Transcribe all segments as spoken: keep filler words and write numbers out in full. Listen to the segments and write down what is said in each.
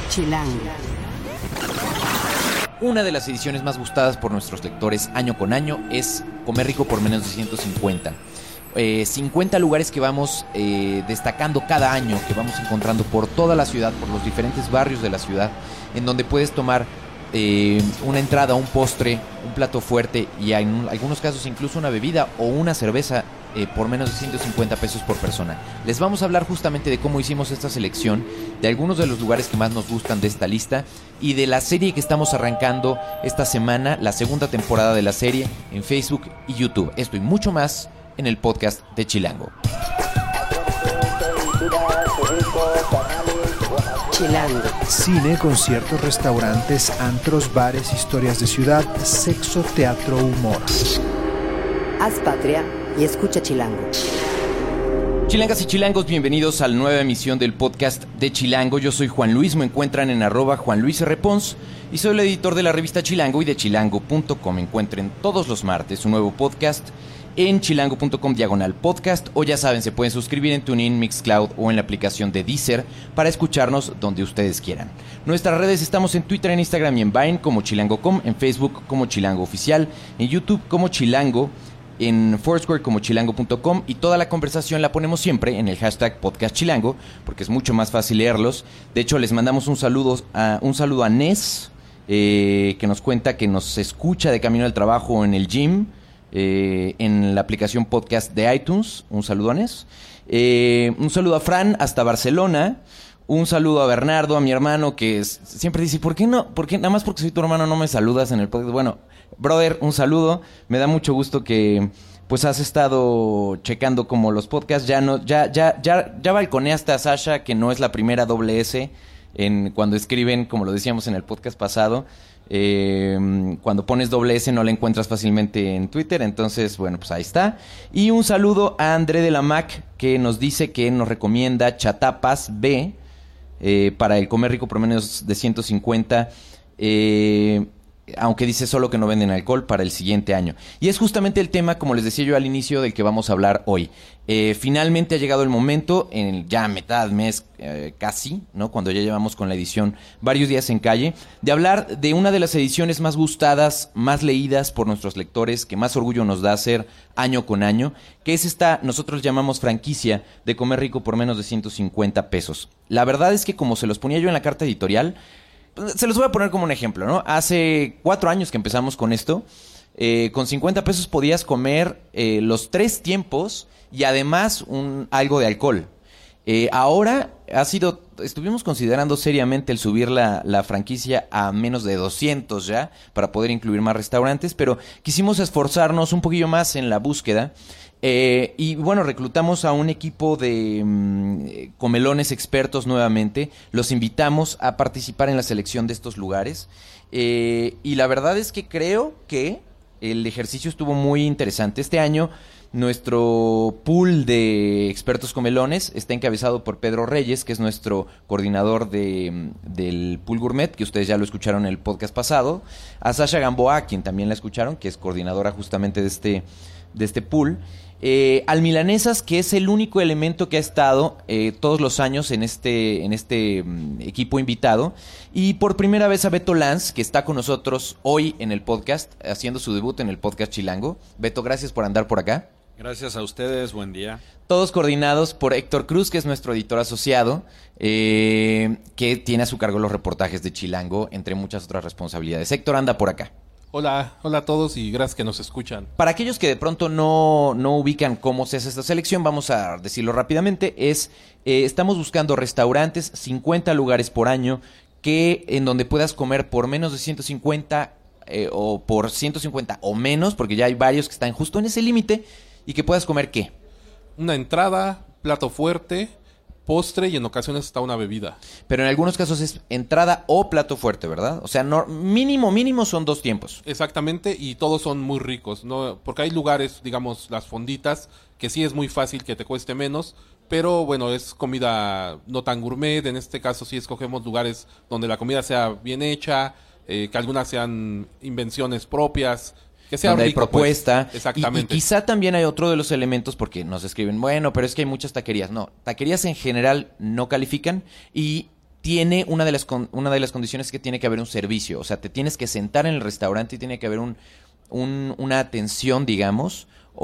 Chilango. Una de las ediciones más gustadas por nuestros lectores año con año es Comer Rico por menos de ciento cincuenta. Eh, cincuenta lugares que vamos eh, destacando cada año, que vamos encontrando por toda la ciudad, por los diferentes barrios de la ciudad, en donde puedes tomar eh, una entrada, un postre, un plato fuerte y en algunos casos incluso una bebida o una cerveza eh, por menos de ciento cincuenta pesos por persona. Les vamos a hablar justamente de cómo hicimos esta selección, de algunos de los lugares que más nos gustan de esta lista y de la serie que estamos arrancando esta semana, la segunda temporada de la serie en Facebook y YouTube. Esto y mucho más en el podcast de Chilango. Chilango. Cine, conciertos, restaurantes, antros, bares, historias de ciudad, sexo, teatro, humor. Haz patria y escucha Chilango. Chilangas y chilangos, bienvenidos a la nueva emisión del podcast de Chilango. Yo soy Juan Luis, me encuentran en arroba Juan Luis R. Pons y soy el editor de la revista Chilango y de chilango punto com. Encuentren todos los martes un nuevo podcast en chilango punto com diagonal podcast, o ya saben, se pueden suscribir en TuneIn, Mixcloud o en la aplicación de Deezer para escucharnos donde ustedes quieran. Nuestras redes, estamos en Twitter, en Instagram y en Vine como chilango punto com, en Facebook como Chilango Oficial, en YouTube como Chilango, en Foursquare como chilango punto com, y toda la conversación la ponemos siempre en el hashtag podcast chilango porque es mucho más fácil leerlos. De hecho, les mandamos un saludo a, un saludo a Nes, eh, que nos cuenta que nos escucha de camino al trabajo o en el gym, Eh, en la aplicación podcast de iTunes. Un saludo a Nes. Eh, un saludo a Fran hasta Barcelona. Un saludo a Bernardo, a mi hermano, que es, siempre dice, ¿por qué no? ¿Por qué? Nada más porque soy tu hermano no me saludas en el podcast. Bueno, brother, un saludo. Me da mucho gusto que pues has estado checando como los podcasts. Ya no, ya, ya, ya, ya balconeaste a Sasha, que no es la primera doble S en cuando escriben, como lo decíamos en el podcast pasado. Eh, cuando pones doble S no la encuentras fácilmente en Twitter, entonces bueno, pues ahí está. Y un saludo a André de la Mac, que nos dice que nos recomienda Chatapas B eh, para el Comer Rico por menos de ciento cincuenta, eh, aunque dice solo que no venden alcohol para el siguiente año. Y es justamente el tema, como les decía yo al inicio, del que vamos a hablar hoy. Eh, finalmente ha llegado el momento, en ya mitad mes eh, casi, ¿no? Cuando ya llevamos con la edición varios días en calle, de hablar de una de las ediciones más gustadas, más leídas por nuestros lectores, que más orgullo nos da hacer año con año, que es esta, nosotros llamamos franquicia de Comer Rico por menos de ciento cincuenta pesos. La verdad es que, como se los ponía yo en la carta editorial, se los voy a poner como un ejemplo, ¿no? Hace cuatro años que empezamos con esto, eh, con cincuenta pesos podías comer eh, los tres tiempos y además un, algo de alcohol. Eh, ahora ha sido, estuvimos considerando seriamente el subir la, la franquicia a menos de doscientos ya, para poder incluir más restaurantes, pero quisimos esforzarnos un poquillo más en la búsqueda. Eh, y bueno, reclutamos a un equipo de mmm, comelones expertos nuevamente. Los invitamos a participar en la selección de estos lugares. Eh, y la verdad es que creo que el ejercicio estuvo muy interesante. Este año nuestro pool de expertos comelones está encabezado por Pedro Reyes, que es nuestro coordinador de, del pool gourmet, que ustedes ya lo escucharon en el podcast pasado. A Sasha Gamboa, quien también la escucharon, que es coordinadora justamente de este, de este pool. Eh, al Milanesas, que es el único elemento que ha estado eh, todos los años en este, en este um, equipo invitado. Y por primera vez a Beto Lanz, que está con nosotros hoy en el podcast, haciendo su debut en el podcast Chilango. Beto, gracias por andar por acá. Gracias a ustedes, buen día. Todos coordinados por Héctor Cruz, que es nuestro editor asociado, eh, que tiene a su cargo los reportajes de Chilango, entre muchas otras responsabilidades. Héctor anda por acá. Hola, hola a todos y gracias que nos escuchan. Para aquellos que de pronto no, no ubican cómo se hace esta selección, vamos a decirlo rápidamente. Es eh, estamos buscando restaurantes, cincuenta lugares por año, que en donde puedas comer por menos de ciento cincuenta eh, o por ciento cincuenta o menos, porque ya hay varios que están justo en ese límite, y que puedas comer ¿qué? Una entrada, plato fuerte, postre y en ocasiones hasta una bebida. Pero en algunos casos es entrada o plato fuerte, ¿verdad? O sea, no, mínimo, mínimo son dos tiempos. Exactamente, y todos son muy ricos, ¿no? Porque hay lugares, digamos, las fonditas, que sí es muy fácil que te cueste menos, pero bueno, es comida no tan gourmet. En este caso sí escogemos lugares donde la comida sea bien hecha, eh, que algunas sean invenciones propias, que sea donde rico, hay propuesta. Pues. Exactamente. Y, y quizá también hay otro de los elementos, porque nos escriben, bueno, pero es que hay muchas taquerías. No, taquerías en general no califican, y tiene una de las con, una de las condiciones que tiene que haber un servicio. O sea, te tienes que sentar en el restaurante y tiene que haber un, un una atención, digamos.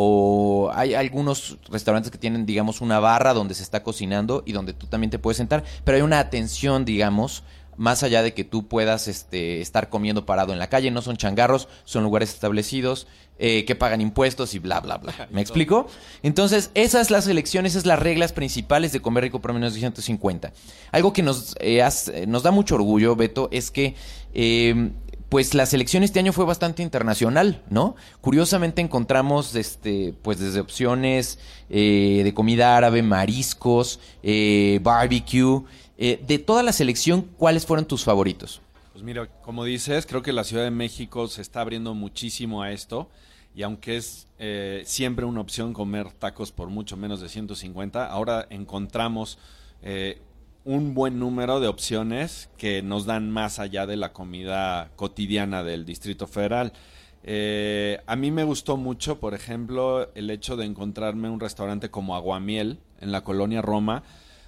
O hay algunos restaurantes que tienen, digamos, una barra donde se está cocinando y donde tú también te puedes sentar, pero hay una atención, digamos, más allá de que tú puedas este, estar comiendo parado en la calle. No son changarros, son lugares establecidos eh, que pagan impuestos y bla, bla, bla. ¿Me explico? Entonces, esas son las elecciones, esas son las reglas principales de Comer Rico por menos de ciento cincuenta. Algo que nos, eh, has, nos da mucho orgullo, Beto, es que... Eh, pues la selección este año fue bastante internacional, ¿no? Curiosamente encontramos, este, pues desde opciones eh, de comida árabe, mariscos, eh, barbecue. Eh, de toda la selección, ¿cuáles fueron tus favoritos? Pues mira, como dices, creo que la Ciudad de México se está abriendo muchísimo a esto. Y aunque es eh, siempre una opción comer tacos por mucho menos de ciento cincuenta, ahora encontramos... Eh, un buen número de opciones que nos dan más allá de la comida cotidiana del Distrito Federal. Eh, a mí me gustó mucho, por ejemplo, el hecho de encontrarme un restaurante como Aguamiel en la colonia Roma,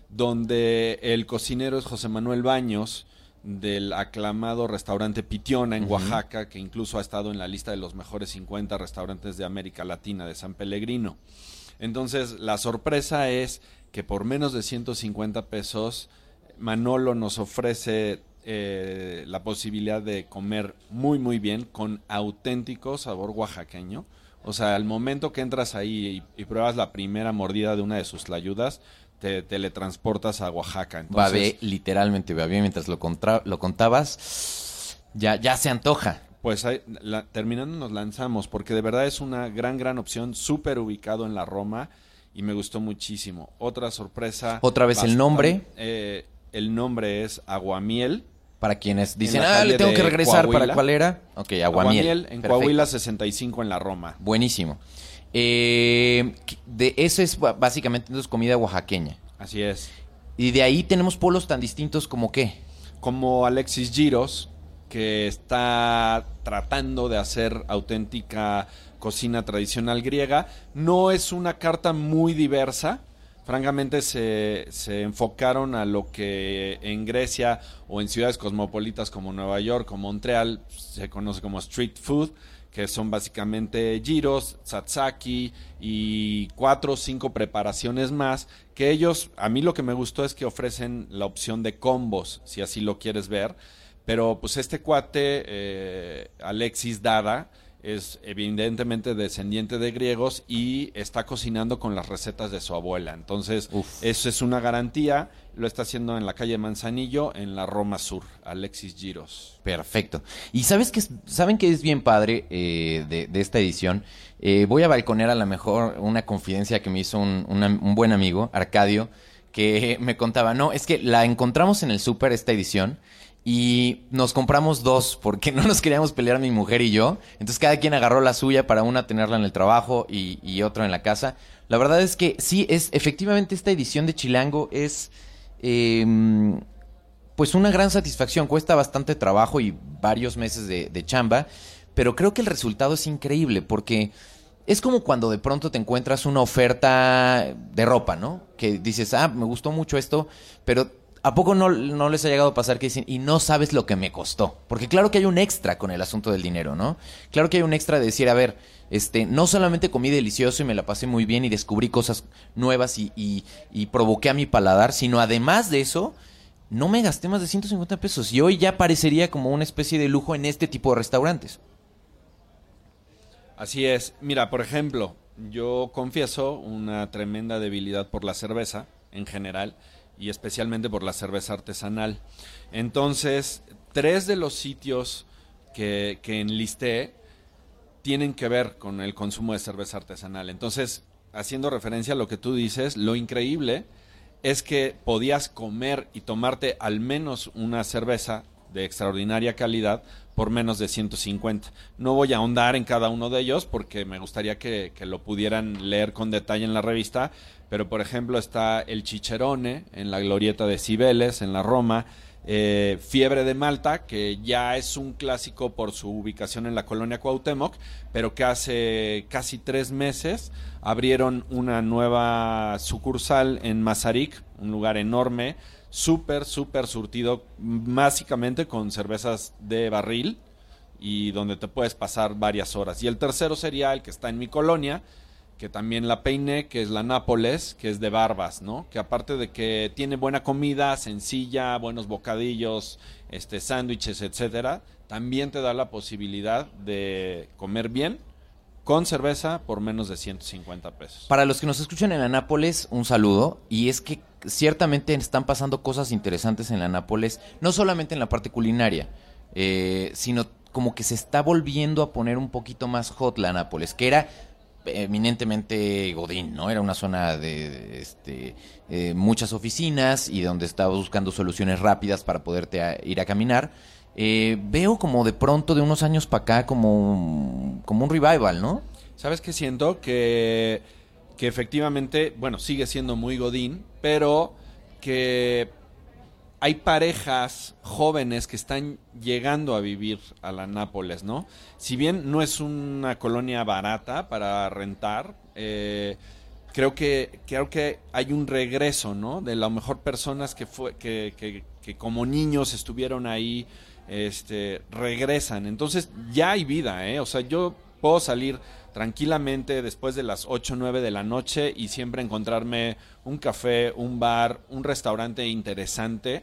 donde el cocinero es José Manuel Baños, del aclamado restaurante Pitiona en uh-huh. Oaxaca, que incluso ha estado en la lista de los mejores cincuenta restaurantes de América Latina de San Pellegrino. Entonces, la sorpresa es que por menos de ciento cincuenta pesos Manolo nos ofrece eh, la posibilidad de comer muy muy bien con auténtico sabor oaxaqueño. O sea, al momento que entras ahí y, y pruebas la primera mordida de una de sus tlayudas, te teletransportas a Oaxaca. Entonces, babé, literalmente babé, mientras lo, contra, lo contabas, ya, ya se antoja. Pues ahí, la, terminando nos lanzamos, porque de verdad es una gran, gran opción, súper ubicado en la Roma, y me gustó muchísimo. Otra sorpresa. Otra vez bastante, el nombre. Eh, el nombre es Aguamiel. Para quienes dicen, ah, le tengo que regresar, Coahuila. ¿Para cuál era? Ok, Aguamiel. Aguamiel en Perfecto. Coahuila sesenta y cinco en la Roma. Buenísimo. Eh, de eso es básicamente entonces comida oaxaqueña. Así es. Y de ahí tenemos polos tan distintos como qué. Como Alexis Giros, que está tratando de hacer auténtica cocina tradicional griega. No es una carta muy diversa. Francamente se, se enfocaron a lo que en Grecia o en ciudades cosmopolitas como Nueva York o Montreal se conoce como street food, que son básicamente gyros, tzatziki y cuatro o cinco preparaciones más, que ellos, a mí lo que me gustó es que ofrecen la opción de combos, si así lo quieres ver. Pero pues este cuate, eh, Alexis Dada, es evidentemente descendiente de griegos y está cocinando con las recetas de su abuela. Entonces, Uf. eso es una garantía. Lo está haciendo en la calle Manzanillo, en la Roma Sur, Alexis Giros. Perfecto. Y ¿sabes qué es, saben que es bien padre eh, de, de esta edición? Eh, voy a balconear a lo mejor una confidencia que me hizo un, una, un buen amigo, Arcadio, que me contaba, no, es que la encontramos en el súper esta edición y nos compramos dos porque no nos queríamos pelear mi mujer y yo. Entonces cada quien agarró la suya para una tenerla en el trabajo y, y otra en la casa. La verdad es que sí, es efectivamente esta edición de Chilango es eh, pues una gran satisfacción. Cuesta bastante trabajo y varios meses de, de chamba, pero creo que el resultado es increíble porque es como cuando de pronto te encuentras una oferta de ropa, ¿no? Que dices, ah, me gustó mucho esto, pero ¿a poco no, no les ha llegado a pasar que dicen, y no sabes lo que me costó? Porque claro que hay un extra con el asunto del dinero, ¿no? Claro que hay un extra de decir, a ver, este, no solamente comí delicioso y me la pasé muy bien y descubrí cosas nuevas y, y, y provoqué a mi paladar, sino además de eso, no me gasté más de ciento cincuenta pesos. Y hoy ya parecería como una especie de lujo en este tipo de restaurantes. Así es. Mira, por ejemplo, yo confieso una tremenda debilidad por la cerveza en general, y especialmente por la cerveza artesanal. Entonces, tres de los sitios que, que enlisté tienen que ver con el consumo de cerveza artesanal. Entonces, haciendo referencia a lo que tú dices, lo increíble es que podías comer y tomarte al menos una cerveza de extraordinaria calidad por menos de ciento cincuenta. No voy a ahondar en cada uno de ellos porque me gustaría que, que lo pudieran leer con detalle en la revista, pero por ejemplo está el Cicerone en la glorieta de Cibeles, en la Roma, Eh, Fiebre de Malta, que ya es un clásico por su ubicación en la colonia Cuauhtémoc, pero que hace casi tres meses abrieron una nueva sucursal en Mazarik, un lugar enorme, súper, súper surtido, básicamente con cervezas de barril y donde te puedes pasar varias horas. Y el tercero sería el que está en mi colonia, que también la peiné, que es la Nápoles, que es de barbas, ¿no? Que aparte de que tiene buena comida, sencilla, buenos bocadillos, este, sándwiches, etcétera, también te da la posibilidad de comer bien con cerveza por menos de ciento cincuenta pesos. Para los que nos escuchan en la Nápoles, un saludo. Y es que ciertamente están pasando cosas interesantes en la Nápoles, no solamente en la parte culinaria, eh, sino como que se está volviendo a poner un poquito más hot la Nápoles, que era eminentemente godín, ¿no? Era una zona de, de este, eh, muchas oficinas y donde estabas buscando soluciones rápidas para poderte a, ir a caminar. Eh, veo como de pronto de unos años para acá como, como un revival, ¿no? ¿Sabes qué siento? Que, que efectivamente, bueno, sigue siendo muy godín, pero que hay parejas jóvenes que están llegando a vivir a la Nápoles, ¿no? Si bien no es una colonia barata para rentar, eh, creo que creo que hay un regreso, ¿no? De a lo mejor personas que fue que, que, que como niños estuvieron ahí, este, regresan. Entonces ya hay vida, ¿eh? O sea, yo puedo salir tranquilamente después de las ocho o nueve de la noche y siempre encontrarme un café, un bar, un restaurante interesante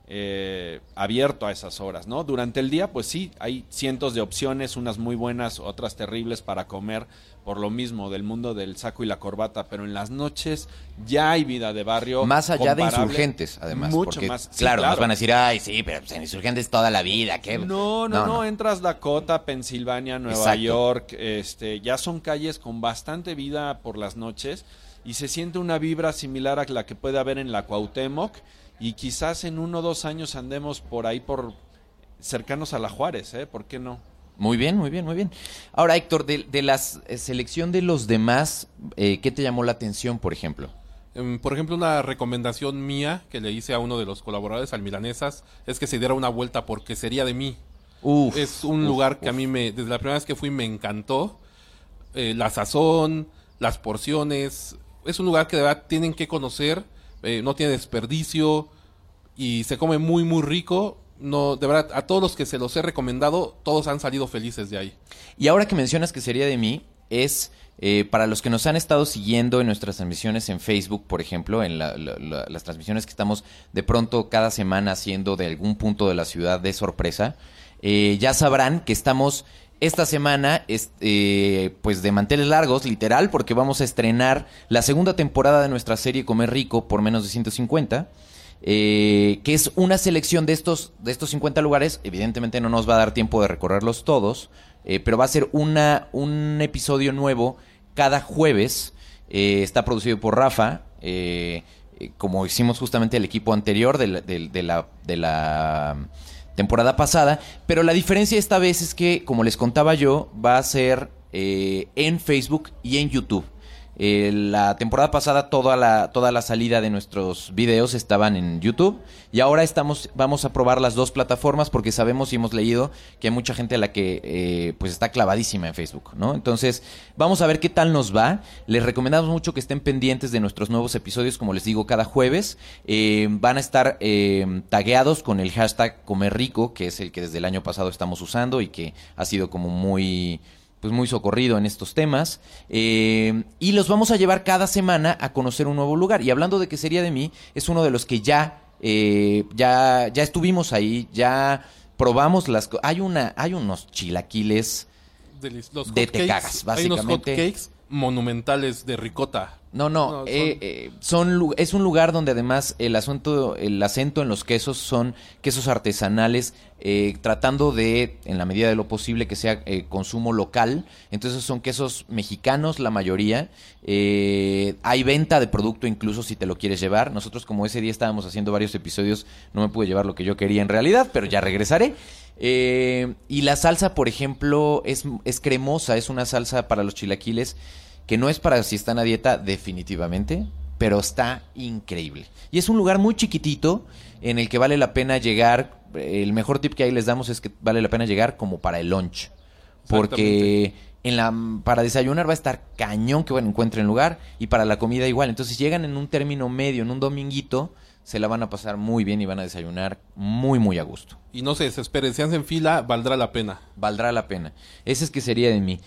eh, abierto a esas horas, ¿no? Durante el día, pues sí, hay cientos de opciones, unas muy buenas, otras terribles para comer, por lo mismo del mundo del saco y la corbata, pero en las noches ya hay vida de barrio. Más allá de Insurgentes, además. Mucho porque, más. Sí, claro, claro, nos van a decir, ay, sí, pero pues en Insurgentes toda la vida. ¿Qué? No, no, no, no, entras Dakota, Pensilvania, Nueva Exacto. York, este, ya son calles con bastante vida por las noches y se siente una vibra similar a la que puede haber en la Cuauhtémoc y quizás en uno o dos años andemos por ahí, por cercanos a la Juárez, ¿eh? ¿Por qué no? Muy bien, muy bien, muy bien. Ahora, Héctor, de, de la selección de los demás, eh, ¿qué te llamó la atención, por ejemplo? Um, por ejemplo, una recomendación mía que le hice a uno de los colaboradores, al Milanesas, es que se diera una vuelta por Quesería de Mí. Uf, es un uf, lugar que uf. a mí, me desde la primera vez que fui, me encantó. Eh, la sazón, las porciones. Es un lugar que de verdad tienen que conocer. Eh, no tiene desperdicio y se come muy, muy rico. No, de verdad, a todos los que se los he recomendado, todos han salido felices de ahí. Y ahora que mencionas Quesería de Mí, es eh, para los que nos han estado siguiendo en nuestras transmisiones en Facebook, por ejemplo, en la, la, la, las transmisiones que estamos de pronto cada semana haciendo de algún punto de la ciudad de sorpresa, eh, ya sabrán que estamos esta semana es, eh, pues de manteles largos, literal, porque vamos a estrenar la segunda temporada de nuestra serie Comer Rico por menos de ciento cincuenta. Eh, que es una selección de estos de estos cincuenta lugares. Evidentemente no nos va a dar tiempo de recorrerlos todos, eh, pero va a ser una un episodio nuevo cada jueves. Eh, está producido por Rafa, eh, eh, como hicimos justamente el equipo anterior de la, de, de la, de la temporada pasada, pero la diferencia esta vez es que, como les contaba yo, va a ser eh, en Facebook y en YouTube. Eh, la temporada pasada toda la, toda la salida de nuestros videos estaban en YouTube y ahora estamos vamos a probar las dos plataformas porque sabemos y hemos leído que hay mucha gente a la que eh, pues está clavadísima en Facebook, ¿no? Entonces vamos a ver qué tal nos va. Les recomendamos mucho que estén pendientes de nuestros nuevos episodios, como les digo, cada jueves. Eh, van a estar eh, tagueados con el hashtag Comer Rico, que es el que desde el año pasado estamos usando y que ha sido como muy... pues muy socorrido en estos temas, eh, y los vamos a llevar cada semana a conocer un nuevo lugar. Y hablando de Quesería de Mí, es uno de los que ya eh, ya ya estuvimos ahí, ya probamos las cosas. Hay una hay unos chilaquiles De, los de hot te cakes, cagas, hay unos hot básicamente. cakes monumentales de ricota. No, no, No, son- eh, eh, son lu- es un lugar donde además el asunto, el acento en los quesos son quesos artesanales, eh, tratando de, en la medida de lo posible, que sea eh, consumo local. Entonces son quesos mexicanos la mayoría. Eh, hay venta de producto incluso si te lo quieres llevar. Nosotros, como ese día estábamos haciendo varios episodios, no me pude llevar lo que yo quería en realidad, pero ya regresaré. Eh, y la salsa, por ejemplo, es, es cremosa, es una salsa para los chilaquiles que no es para si están a dieta definitivamente, pero está increíble. Y es un lugar muy chiquitito en el que vale la pena llegar. El mejor tip que ahí les damos es que vale la pena llegar como para el lunch. Porque en la para desayunar va a estar cañón que bueno, encuentren lugar, y para la comida igual. Entonces, si llegan en un término medio, en un dominguito, se la van a pasar muy bien y van a desayunar muy, muy a gusto. Y no se desesperen, si hacen fila, valdrá la pena. Valdrá la pena. Ese es que sería de mí.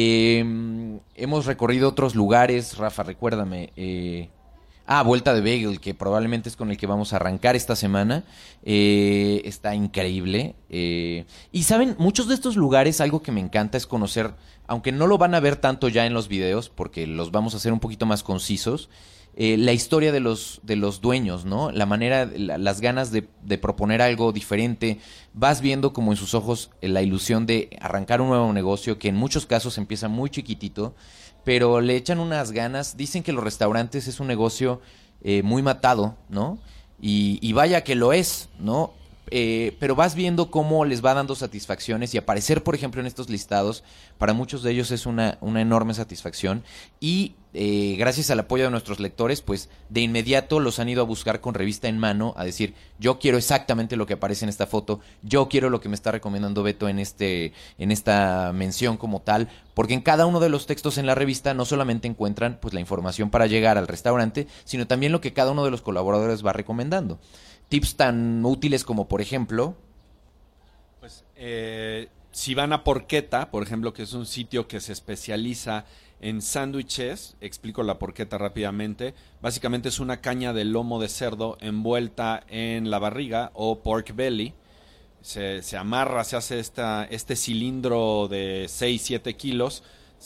Eh, hemos recorrido otros lugares, Rafa, recuérdame. Eh, ah, Vuelta de Bagel, que probablemente es con el que vamos a arrancar esta semana. Eh, está increíble. Eh, y saben, muchos de estos lugares, algo que me encanta es conocer, aunque no lo van a ver tanto ya en los videos, porque los vamos a hacer un poquito más concisos, Eh, la historia de los de los dueños, ¿no? La manera, la, las ganas de, de proponer algo diferente. Vas viendo como en sus ojos eh, la ilusión de arrancar un nuevo negocio que en muchos casos empieza muy chiquitito, pero le echan unas ganas. Dicen que los restaurantes es un negocio eh, muy matado, ¿no? Y, y vaya que lo es, ¿no? Eh, pero vas viendo cómo les va dando satisfacciones, y aparecer, por ejemplo, en estos listados, para muchos de ellos es una, una enorme satisfacción. Y eh, gracias al apoyo de nuestros lectores, pues de inmediato los han ido a buscar con revista en mano, a decir, yo quiero exactamente lo que aparece en esta foto, yo quiero lo que me está recomendando Beto en este en esta mención como tal, porque en cada uno de los textos en la revista no solamente encuentran pues la información para llegar al restaurante, sino también lo que cada uno de los colaboradores va recomendando. Tips tan útiles como, por ejemplo... Pues, eh, si van a Porqueta, por ejemplo, que es un sitio que se especializa en sándwiches, explico la porqueta rápidamente. Básicamente es una caña de lomo de cerdo envuelta en la barriga, o pork belly. Se, se amarra, se hace esta, este cilindro de seis siete kilos,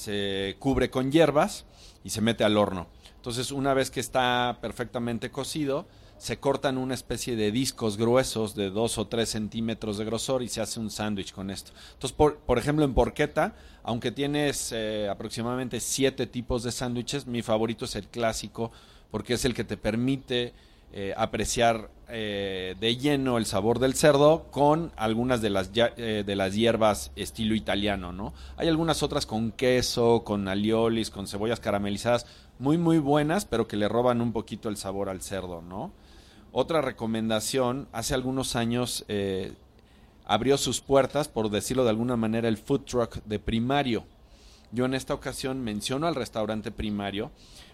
se cubre con hierbas y se mete al horno. Entonces, una vez que está perfectamente cocido, se cortan una especie de discos gruesos de dos o tres centímetros de grosor y se hace un sándwich con esto. Entonces, por, por ejemplo, en Porqueta, aunque tienes eh, aproximadamente siete tipos de sándwiches, mi favorito es el clásico, porque es el que te permite eh, apreciar eh, de lleno el sabor del cerdo con algunas de las, eh, de las hierbas estilo italiano, ¿no? Hay algunas otras con queso, con aliolis, con cebollas caramelizadas, muy muy buenas, pero que le roban un poquito el sabor al cerdo, ¿no? Otra recomendación, hace algunos años eh, abrió sus puertas, por decirlo de alguna manera, el food truck de Primario. Yo en esta ocasión menciono al restaurante Primario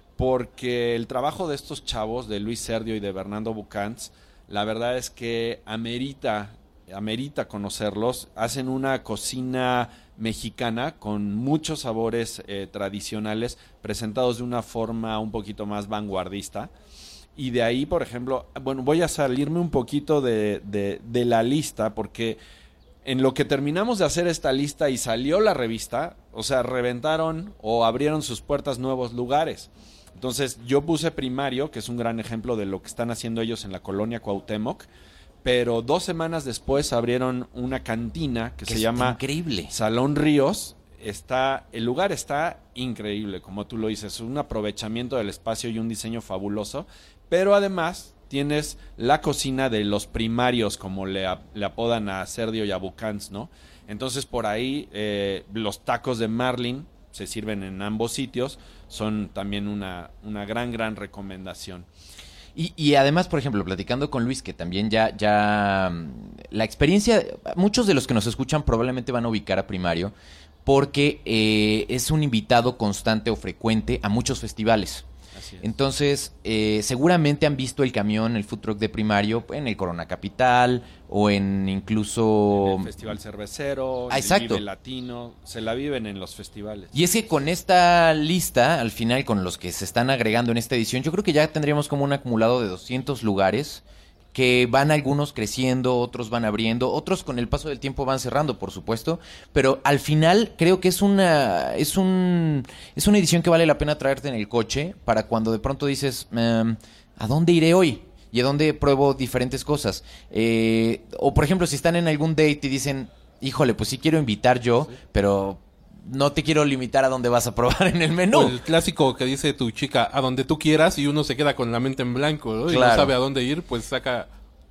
porque el trabajo de estos chavos, de Luis Serdio y de Bernardo Bucans, la verdad es que amerita, amerita conocerlos. Hacen una cocina mexicana con muchos sabores eh, tradicionales, presentados de una forma un poquito más vanguardista. Y de ahí, por ejemplo, bueno, voy a salirme un poquito de, de, de la lista, porque en lo que terminamos de hacer esta lista y salió la revista, o sea, reventaron o abrieron sus puertas nuevos lugares. Entonces, yo puse Primario, que es un gran ejemplo de lo que están haciendo ellos en la colonia Cuauhtémoc, pero dos semanas después abrieron una cantina que, que se llama increíble. Salón Ríos. Está, el lugar está increíble, como tú lo dices, un aprovechamiento del espacio y un diseño fabuloso, pero además tienes la cocina de los primarios, como le, le apodan a Serdio y a Bucans, ¿no? Entonces por ahí eh, los tacos de Marlin se sirven en ambos sitios, son también una, una gran, gran recomendación. Y, y además, por ejemplo, platicando con Luis, que también ya, ya la experiencia, muchos de los que nos escuchan probablemente van a ubicar a Primario, porque eh, es un invitado constante o frecuente a muchos festivales. Así es. Entonces, eh, seguramente han visto el camión, el food truck de Primario, en el Corona Capital o en incluso... En el Festival Cervecero, ah, el exacto. Vive Latino, se la viven en los festivales. Y es que con esta lista, al final, con los que se están agregando en esta edición, yo creo que ya tendríamos como un acumulado de doscientos lugares, que van algunos creciendo, otros van abriendo, otros con el paso del tiempo van cerrando, por supuesto, pero al final creo que es una es un es una edición que vale la pena traerte en el coche para cuando de pronto dices, um, ¿a dónde iré hoy? Y a dónde pruebo diferentes cosas. Eh, o por ejemplo, si están en algún date y dicen, híjole, pues sí quiero invitar yo, sí, pero no te quiero limitar a dónde vas a probar en el menú. O el clásico que dice tu chica, a donde tú quieras, y uno se queda con la mente en blanco, ¿no? Claro. Y no sabe a dónde ir, pues saca...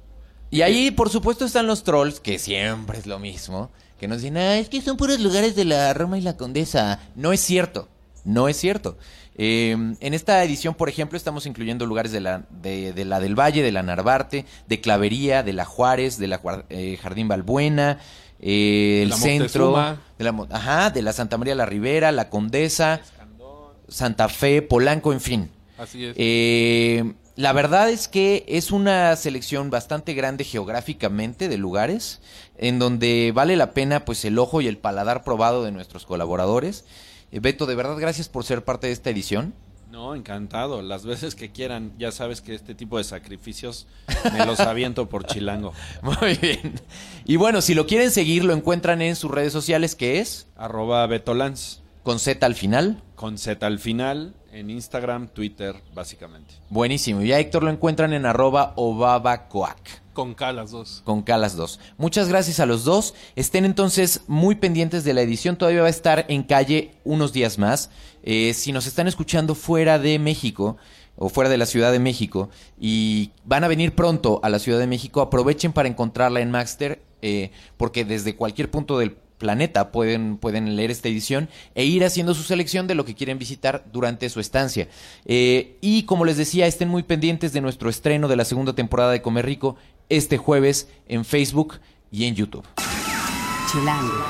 Y ahí, por supuesto, están los trolls, que siempre es lo mismo, que nos dicen, ah, es que son puros lugares de la Roma y la Condesa. No es cierto. No es cierto. Eh, en esta edición, por ejemplo, estamos incluyendo lugares de la, de, de la del Valle, de la Narvarte, de Clavería, de la Juárez, de la eh, Jardín Balbuena, eh, el la centro, Moctezuma. de la, ajá, de la Santa María la Ribera, la Condesa, Santa Fe, Polanco, en fin. Así es. Eh, la verdad es que es una selección bastante grande geográficamente de lugares, en donde vale la pena pues el ojo y el paladar probado de nuestros colaboradores. Eh, Beto, de verdad, gracias por ser parte de esta edición. No, encantado. Las veces que quieran. Ya sabes que este tipo de sacrificios me los aviento por Chilango. Muy bien. Y bueno, si lo quieren seguir, lo encuentran en sus redes sociales, que es Arroba Betolans. con Z al final. Con Z al final, en Instagram, Twitter, básicamente. Buenísimo. Y a Héctor lo encuentran en arroba obabacoac. Con K las dos. Con K las dos. Muchas gracias a los dos. Estén entonces muy pendientes de la edición. Todavía va a estar en calle unos días más. Eh, si nos están escuchando fuera de México o fuera de la Ciudad de México y van a venir pronto a la Ciudad de México, aprovechen para encontrarla en Maxter, eh, porque desde cualquier punto del planeta pueden, pueden leer esta edición e ir haciendo su selección de lo que quieren visitar durante su estancia. Eh, y como les decía, estén muy pendientes de nuestro estreno de la segunda temporada de Comer Rico este jueves en Facebook y en YouTube. Chilango.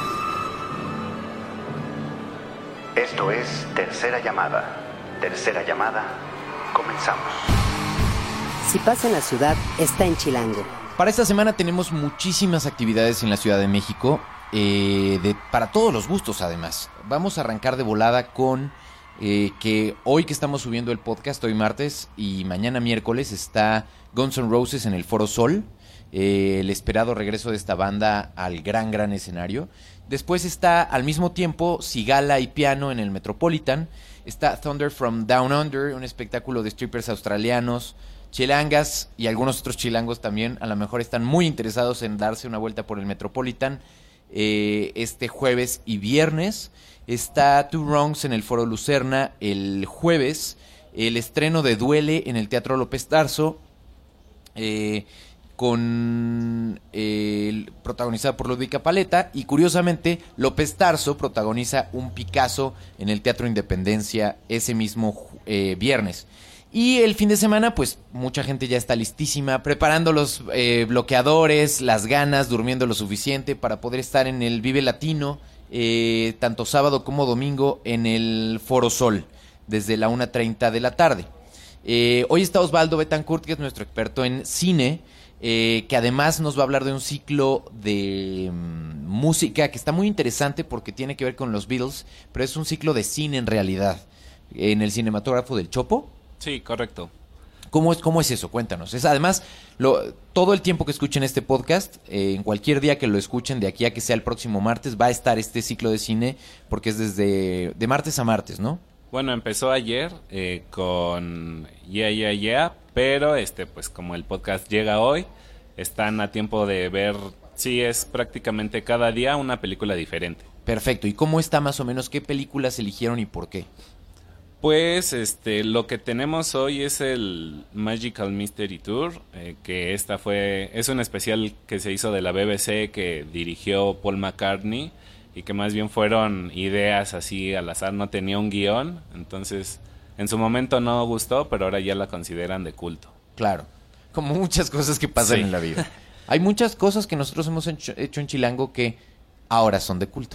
Esto es Tercera Llamada. Tercera Llamada, comenzamos. Si pasa en la ciudad, está en Chilango. Para esta semana tenemos muchísimas actividades en la Ciudad de México. Eh, de, para todos los gustos, además. Vamos a arrancar de volada con eh, que hoy que estamos subiendo el podcast, hoy martes y mañana miércoles, está Guns N' Roses en el Foro Sol, eh, el esperado regreso de esta banda al gran, gran escenario. Después está al mismo tiempo Sigala y Piano en el Metropolitan. Está Thunder from Down Under, un espectáculo de strippers australianos. Chilangas y algunos otros chilangos también a lo mejor están muy interesados en darse una vuelta por el Metropolitan. Eh, este jueves y viernes está Two Wrongs en el Foro Lucerna el jueves, el estreno de Duele en el Teatro López Tarso, eh, con eh, protagonizada por Ludwika Paleta, y curiosamente López Tarso protagoniza un Picasso en el Teatro Independencia ese mismo eh, viernes. Y el fin de semana, pues, mucha gente ya está listísima, preparando los eh, bloqueadores, las ganas, durmiendo lo suficiente para poder estar en el Vive Latino, eh, tanto sábado como domingo, en el Foro Sol, desde la una treinta de la tarde. Eh, hoy está Osvaldo Betancourt, que es nuestro experto en cine, eh, que además nos va a hablar de un ciclo de um, música que está muy interesante porque tiene que ver con los Beatles, pero es un ciclo de cine en realidad, en el cinematógrafo del Chopo. Sí, correcto. ¿Cómo es, cómo es eso? Cuéntanos. Es además, lo, todo el tiempo que escuchen este podcast, eh, en cualquier día que lo escuchen, de aquí a que sea el próximo martes, va a estar este ciclo de cine, porque es desde de martes a martes, ¿no? Bueno, empezó ayer eh, con Yeah, Yeah, Yeah, pero este, pues como el podcast llega hoy, están a tiempo de ver, sí, es prácticamente cada día una película diferente. Perfecto. ¿Y cómo está más o menos? ¿Qué películas eligieron y por qué? Pues este, lo que tenemos hoy es el Magical Mystery Tour, eh, que esta fue, es un especial que se hizo de la B B C que dirigió Paul McCartney y que más bien fueron ideas así al azar, no tenía un guión, entonces en su momento no gustó, pero ahora ya la consideran de culto. Claro, como muchas cosas que pasan Sí. en la vida. Hay muchas cosas que nosotros hemos hecho, hecho en Chilango que ahora son de culto.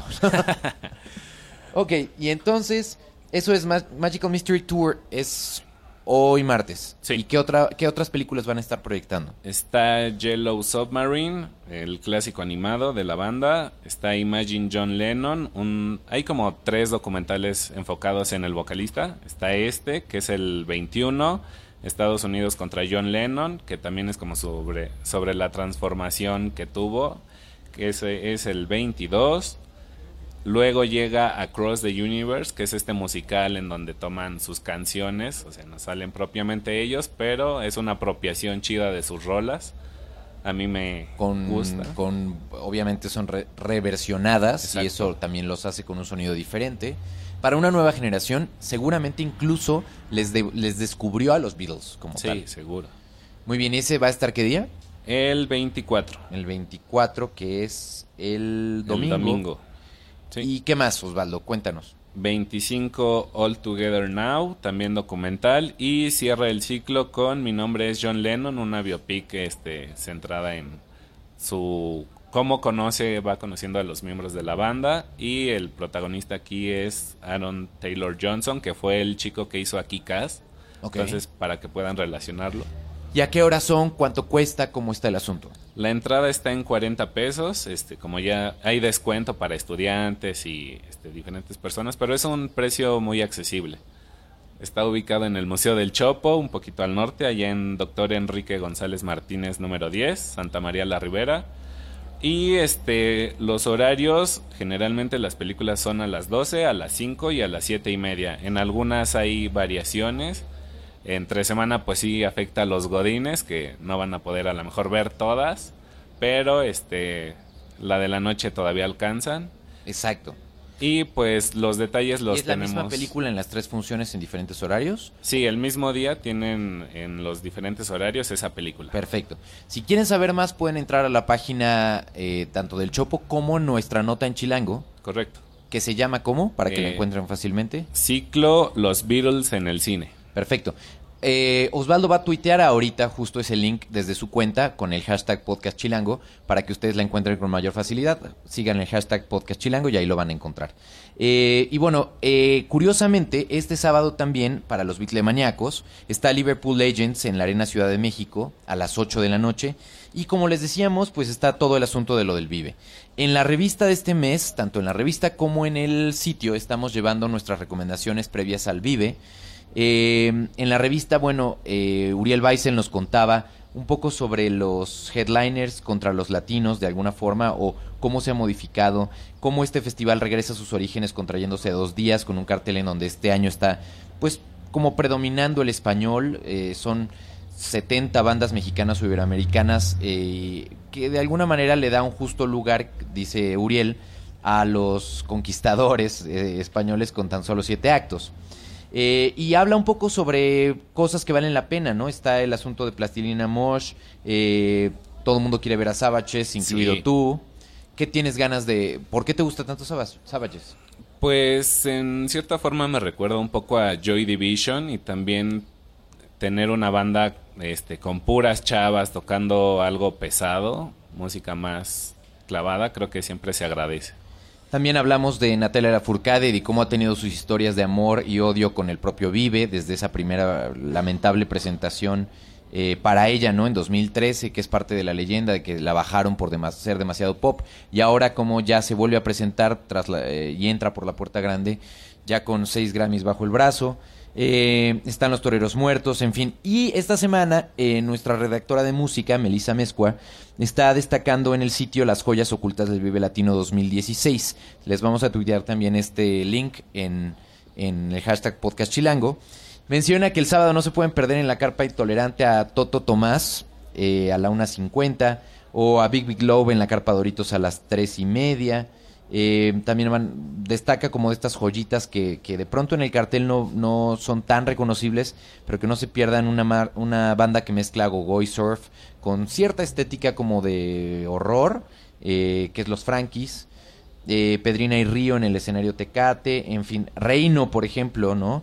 Ok, y entonces... Eso es Ma- Magical Mystery Tour, es hoy martes. Sí. ¿Y qué, otra, qué otras películas van a estar proyectando? Está Yellow Submarine, el clásico animado de la banda. Está Imagine John Lennon. Un, hay como tres documentales enfocados en el vocalista. Está este, que es el veintiuno. Estados Unidos contra John Lennon, que también es como sobre, sobre la transformación que tuvo. Que ese es el veintidós. Luego llega Across the Universe, que es este musical en donde toman sus canciones, o sea, no salen propiamente ellos, pero es una apropiación chida de sus rolas. A mí me Con, gusta. con obviamente son re- reversionadas Exacto. y eso también los hace con un sonido diferente. Para una nueva generación, seguramente incluso les, de- les descubrió a los Beatles como Sí, tal. seguro. Muy bien, ¿y ese va a estar qué día? El veinticuatro. El veinticuatro, que es el El domingo. domingo. Sí. ¿Y qué más, Osvaldo? Cuéntanos. veinticinco All Together Now, también documental, y cierra el ciclo con Mi nombre es John Lennon, una biopic este, centrada en su cómo conoce, va conociendo a los miembros de la banda, y el protagonista aquí es Aaron Taylor Johnson, que fue el chico que hizo a Kick-Ass. Okay. Entonces, para que puedan relacionarlo. ¿Y a qué horas son? ¿Cuánto cuesta? ¿Cómo está el asunto? La entrada está en cuarenta pesos, este, como ya hay descuento para estudiantes y este, diferentes personas, pero es un precio muy accesible. Está ubicado en el Museo del Chopo, un poquito al norte, allá en Doctor Enrique González Martínez número diez, Santa María la Ribera. Y este, los horarios, generalmente las películas son a las doce, a las cinco y a las siete y media. En algunas hay variaciones. Entre semana pues sí afecta a los godines, que no van a poder a lo mejor ver todas, pero este la de la noche todavía alcanzan. Exacto. Y pues los detalles los ¿Y es la tenemos... misma película en las tres funciones en diferentes horarios? Sí, el mismo día tienen en los diferentes horarios esa película. Perfecto. Si quieren saber más pueden entrar a la página eh, tanto del Chopo como nuestra nota en Chilango. Correcto. Que se llama ¿cómo? Para que eh, la encuentren fácilmente. Ciclo Los Beatles en el cine. Perfecto. Eh, Osvaldo va a tuitear ahorita justo ese link desde su cuenta con el hashtag Podcast Chilango para que ustedes la encuentren con mayor facilidad. Sigan el hashtag Podcast Chilango y ahí lo van a encontrar. Eh, y bueno, eh, curiosamente, este sábado también, para los bitlemaníacos, está Liverpool Legends en la Arena Ciudad de México a las ocho de la noche. Y como les decíamos, pues está todo el asunto de lo del Vive. En la revista de este mes, tanto en la revista como en el sitio, estamos llevando nuestras recomendaciones previas al Vive. Eh, en la revista, bueno, eh, Uriel Weissel nos contaba un poco sobre los headliners contra los latinos de alguna forma, o cómo se ha modificado, cómo este festival regresa a sus orígenes contrayéndose dos días con un cartel en donde este año está pues como predominando el español. Eh, son setenta bandas mexicanas o iberoamericanas eh, que de alguna manera le da un justo lugar, dice Uriel, a los conquistadores eh, españoles con tan solo siete actos. Eh, y habla un poco sobre cosas que valen la pena, ¿no? Está el asunto de Plastilina Mosh, eh, todo el mundo quiere ver a Savages, incluido sí. tú. ¿Qué tienes ganas de...? ¿Por qué te gusta tanto Savages? Pues en cierta forma me recuerda un poco a Joy Division, y también tener una banda este, con puras chavas tocando algo pesado, música más clavada, creo que siempre se agradece. También hablamos de Natalia Lafourcade y de cómo ha tenido sus historias de amor y odio con el propio Vive, desde esa primera lamentable presentación eh, para ella, ¿no? En dos mil trece, que es parte de la leyenda de que la bajaron por demas- ser demasiado pop, y ahora como ya se vuelve a presentar tras la, eh, y entra por la puerta grande, ya con seis Grammys bajo el brazo. Eh, están Los Toreros Muertos, en fin. Y esta semana eh, nuestra redactora de música, Melissa Mezcua, está destacando en el sitio las joyas ocultas del Vive Latino dos mil dieciséis. Les vamos a tuitear también este link en, en el hashtag Podcast Chilango. Menciona que el sábado no se pueden perder en la carpa Intolerante a Toto Tomás eh, a la una cincuenta, o a Big Big Love en la carpa Doritos a las tres y media. Eh, también van, destaca como de estas joyitas que, que de pronto en el cartel no, no son tan reconocibles, pero que no se pierdan una, mar, una banda que mezcla gogo y surf con cierta estética como de horror, eh, que es Los Frankies, eh, Pedrina y Río en el escenario Tecate, en fin, Reino, por ejemplo, ¿no?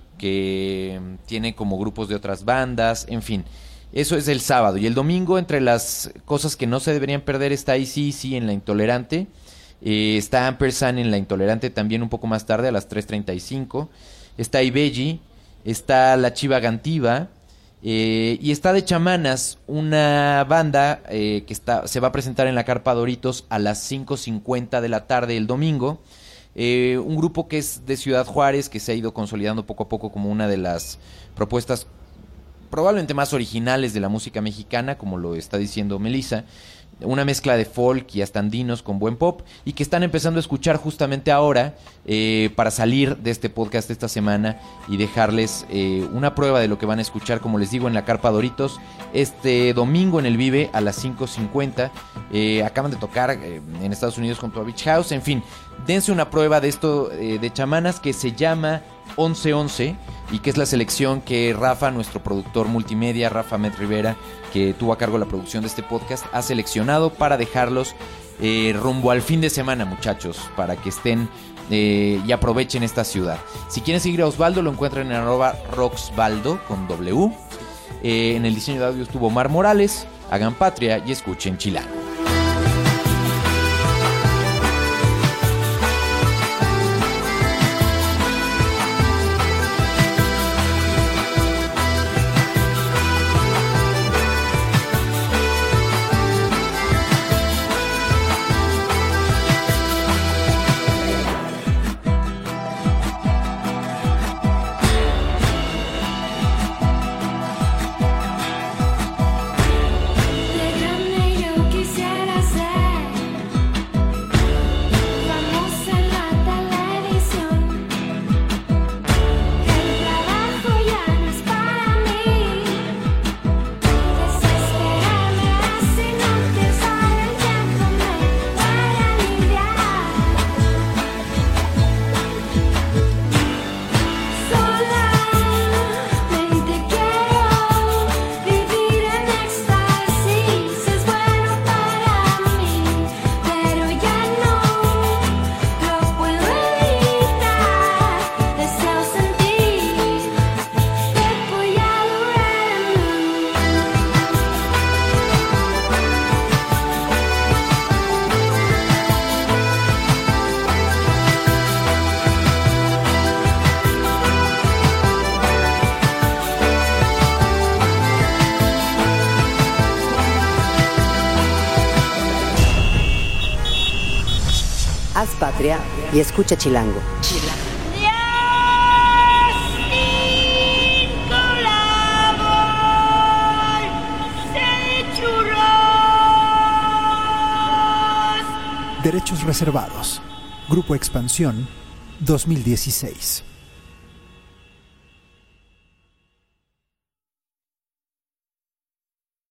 Que tiene como grupos de otras bandas, en fin. Eso es el sábado. Y el domingo, entre las cosas que no se deberían perder, está I C C en la Intolerante. Eh, está Ampersand en la Intolerante también un poco más tarde, a las tres treinta y cinco. Está Ibeji, está La Chiva Gantiva, eh, y está de Chamanas, una banda eh, que está, se va a presentar en la carpa Doritos a las cinco cincuenta de la tarde el domingo. Eh, un grupo que es de Ciudad Juárez, que se ha ido consolidando poco a poco como una de las propuestas probablemente más originales de la música mexicana, como lo está diciendo Melissa. Una mezcla de folk y hasta andinos con buen pop, y que están empezando a escuchar justamente ahora eh, para salir de este podcast esta semana y dejarles eh, una prueba de lo que van a escuchar, como les digo, en la carpa Doritos este domingo en el Vive a las cinco cincuenta. Eh, acaban de tocar eh, en Estados Unidos junto a Beach House. En fin, dense una prueba de esto eh, de Chamanas, que se llama once once, y que es la selección que Rafa, nuestro productor multimedia, Rafa Met Rivera, que tuvo a cargo la producción de este podcast, ha seleccionado para dejarlos eh, rumbo al fin de semana, muchachos, para que estén eh, y aprovechen esta ciudad. Si quieren seguir a Osvaldo, lo encuentran en arroba roxvaldo con W. Eh, en el diseño de audio estuvo Mar Morales. Hagan patria y escuchen Chilango. Haz patria y escucha Chilango. Derechos reservados. Grupo Expansión dos mil dieciséis.